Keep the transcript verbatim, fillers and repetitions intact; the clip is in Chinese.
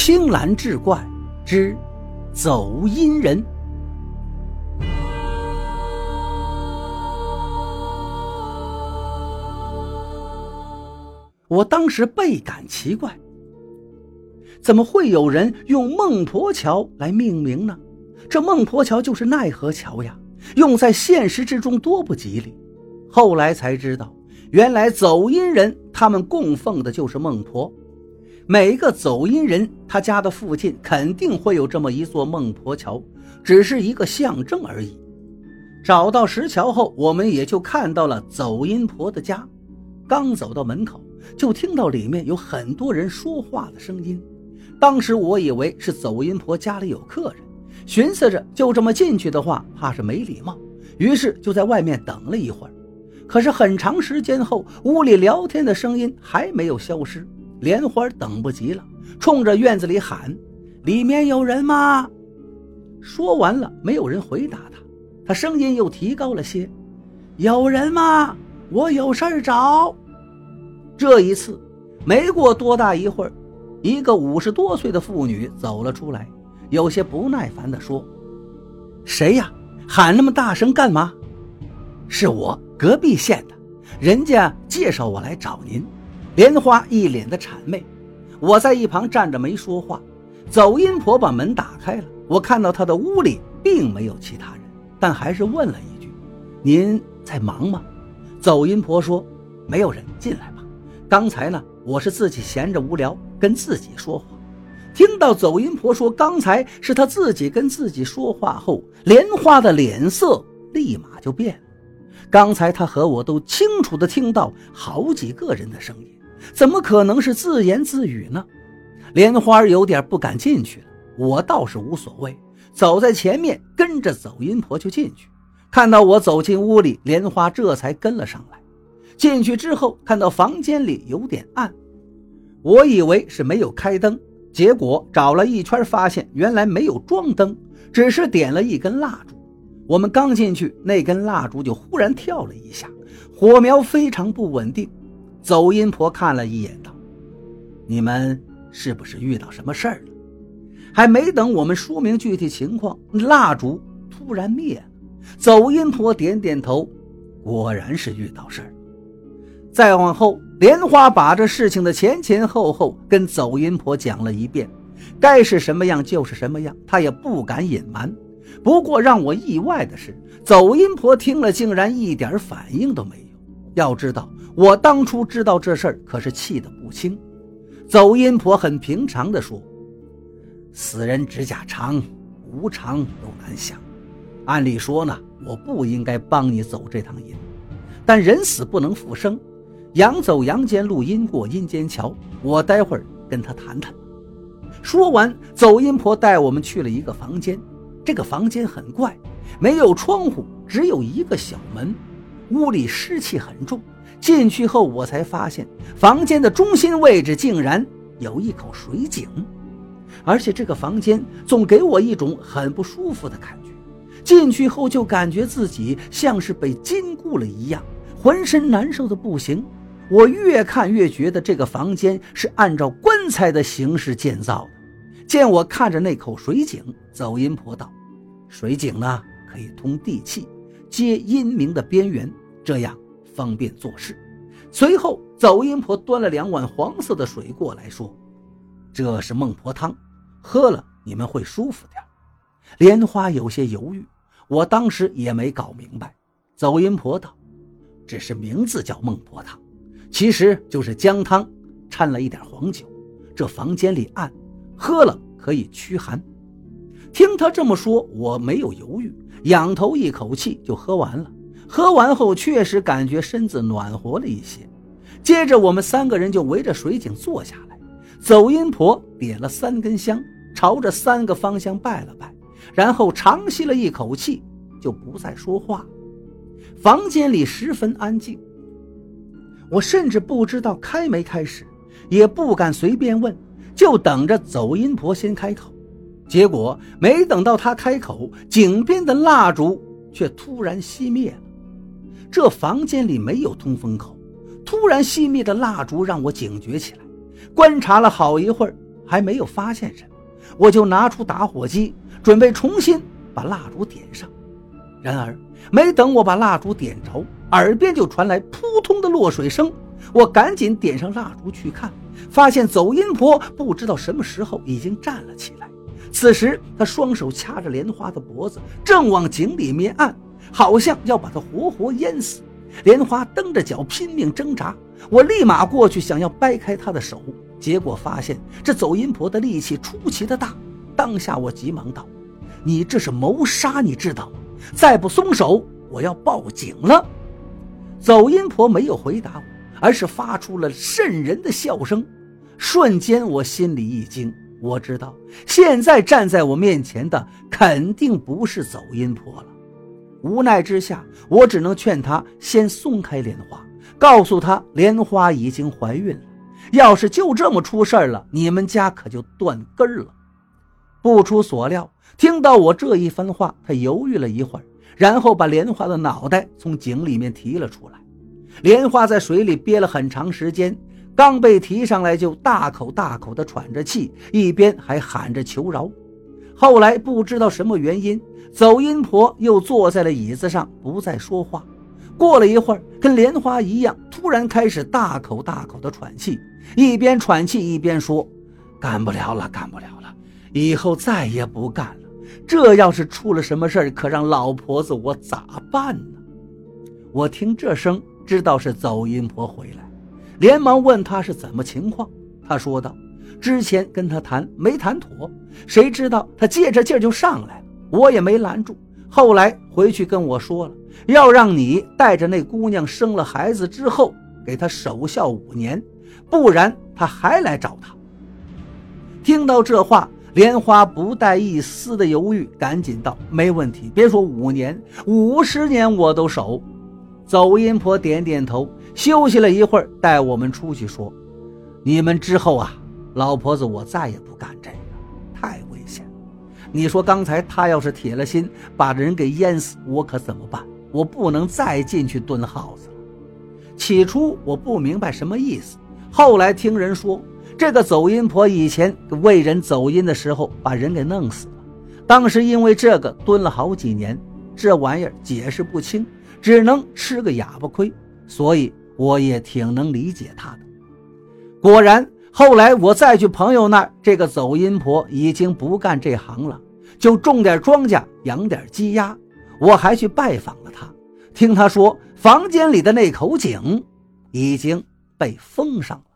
青蓝志怪之走阴人。我当时倍感奇怪，怎么会有人用孟婆桥来命名呢？这孟婆桥就是奈何桥呀，用在现实之中多不吉利。后来才知道，原来走阴人他们供奉的就是孟婆。每个走阴人他家的附近肯定会有这么一座孟婆桥，只是一个象征而已。找到石桥后，我们也就看到了走阴婆的家。刚走到门口，就听到里面有很多人说话的声音。当时我以为是走阴婆家里有客人，寻思着就这么进去的话怕是没礼貌，于是就在外面等了一会儿。可是很长时间后，屋里聊天的声音还没有消失。莲花等不及了，冲着院子里喊：里面有人吗？说完了，没有人回答他，他声音又提高了些：有人吗？我有事儿找。这一次没过多大一会儿，一个五十多岁的妇女走了出来，有些不耐烦地说：谁呀？喊那么大声干嘛？是我，隔壁县的，人家介绍我来找您。莲花一脸的谄媚，我在一旁站着没说话。走阴婆把门打开了，我看到她的屋里并没有其他人，但还是问了一句：您在忙吗？走阴婆说：没有人，进来吧。刚才呢，我是自己闲着无聊，跟自己说话。听到走阴婆说刚才是她自己跟自己说话后，莲花的脸色立马就变了。刚才她和我都清楚地听到好几个人的声音，怎么可能是自言自语呢？莲花有点不敢进去了，我倒是无所谓，走在前面跟着走阴婆就进去。看到我走进屋里，莲花这才跟了上来。进去之后看到房间里有点暗，我以为是没有开灯，结果找了一圈发现原来没有装灯，只是点了一根蜡烛。我们刚进去，那根蜡烛就忽然跳了一下，火苗非常不稳定。走阴婆看了一眼道：你们是不是遇到什么事儿了？还没等我们说明具体情况，蜡烛突然灭了。走阴婆点点头，果然是遇到事儿。再往后，莲花把这事情的前前后后跟走阴婆讲了一遍，该是什么样就是什么样，她也不敢隐瞒。不过让我意外的是，走阴婆听了竟然一点反应都没有。要知道我当初知道这事儿可是气得不轻。走阴婆很平常地说：死人指甲长，无常都难想。按理说呢，我不应该帮你走这趟阴，但人死不能复生，阳走阳间路，阴过阴间桥，我待会儿跟他谈谈。说完，走阴婆带我们去了一个房间。这个房间很怪，没有窗户，只有一个小门，屋里湿气很重。进去后我才发现，房间的中心位置竟然有一口水井，而且这个房间总给我一种很不舒服的感觉。进去后就感觉自己像是被禁锢了一样，浑身难受的不行。我越看越觉得这个房间是按照棺材的形式建造的。见我看着那口水井，走阴婆道：水井呢，可以通地气，接阴明的边缘，这样方便做事。随后走阴婆端了两碗黄色的水过来说：这是孟婆汤，喝了你们会舒服点。莲花有些犹豫，我当时也没搞明白。走阴婆道：只是名字叫孟婆汤，其实就是姜汤掺了一点黄酒，这房间里暗，喝了可以驱寒。听他这么说，我没有犹豫，仰头一口气就喝完了。喝完后确实感觉身子暖和了一些。接着我们三个人就围着水井坐下来，走阴婆点了三根香，朝着三个方向拜了拜，然后长吸了一口气，就不再说话。房间里十分安静，我甚至不知道开没开始，也不敢随便问，就等着走阴婆先开口。结果没等到她开口，井边的蜡烛却突然熄灭了。这房间里没有通风口，突然熄灭的蜡烛让我警觉起来，观察了好一会儿， 还没有发现什么，我就拿出打火机，准备重新把蜡烛点上。然而没等我把蜡烛点着，耳边就传来扑通的落水声。我赶紧点上蜡烛去看，发现走阴婆不知道什么时候已经站了起来。此时她双手掐着莲花的脖子，正往井里面按，好像要把她活活淹死。莲花蹬着脚拼命挣扎，我立马过去想要掰开她的手，结果发现这走阴婆的力气出奇的大。当下我急忙道：你这是谋杀，你知道吗？再不松手，我要报警了。走阴婆没有回答我，而是发出了瘆人的笑声。瞬间我心里一惊，我知道现在站在我面前的肯定不是走阴婆了。无奈之下，我只能劝她先松开莲花，告诉她莲花已经怀孕了，要是就这么出事了，你们家可就断根了。不出所料，听到我这一番话，她犹豫了一会儿，然后把莲花的脑袋从井里面提了出来。莲花在水里憋了很长时间，刚被提上来就大口大口地喘着气，一边还喊着求饶。后来不知道什么原因，走阴婆又坐在了椅子上，不再说话。过了一会儿，跟莲花一样，突然开始大口大口地喘气，一边喘气一边说：干不了了，干不了了，以后再也不干了。这要是出了什么事儿，可让老婆子我咋办呢？我听这声知道是走阴婆回来，连忙问她是怎么情况。她说道：之前跟她谈没谈妥，谁知道她借着劲儿就上来了，我也没拦住。后来回去跟我说了，要让你带着那姑娘生了孩子之后给她守孝五年，不然她还来找她。听到这话，莲花不带一丝的犹豫，赶紧道：没问题，别说五年，五十年我都守。走阴婆点点头，休息了一会儿，带我们出去说：你们之后啊，老婆子我再也不干这个，太危险了。你说刚才他要是铁了心把人给淹死，我可怎么办？我不能再进去蹲耗子了。起初我不明白什么意思，后来听人说，这个走阴婆以前为人走阴的时候把人给弄死了，当时因为这个蹲了好几年，这玩意儿解释不清，只能吃个哑巴亏，所以我也挺能理解他的。果然后来我再去朋友那儿，这个走阴婆已经不干这行了，就种点庄稼，养点鸡鸭。我还去拜访了他，听他说房间里的那口井已经被封上了。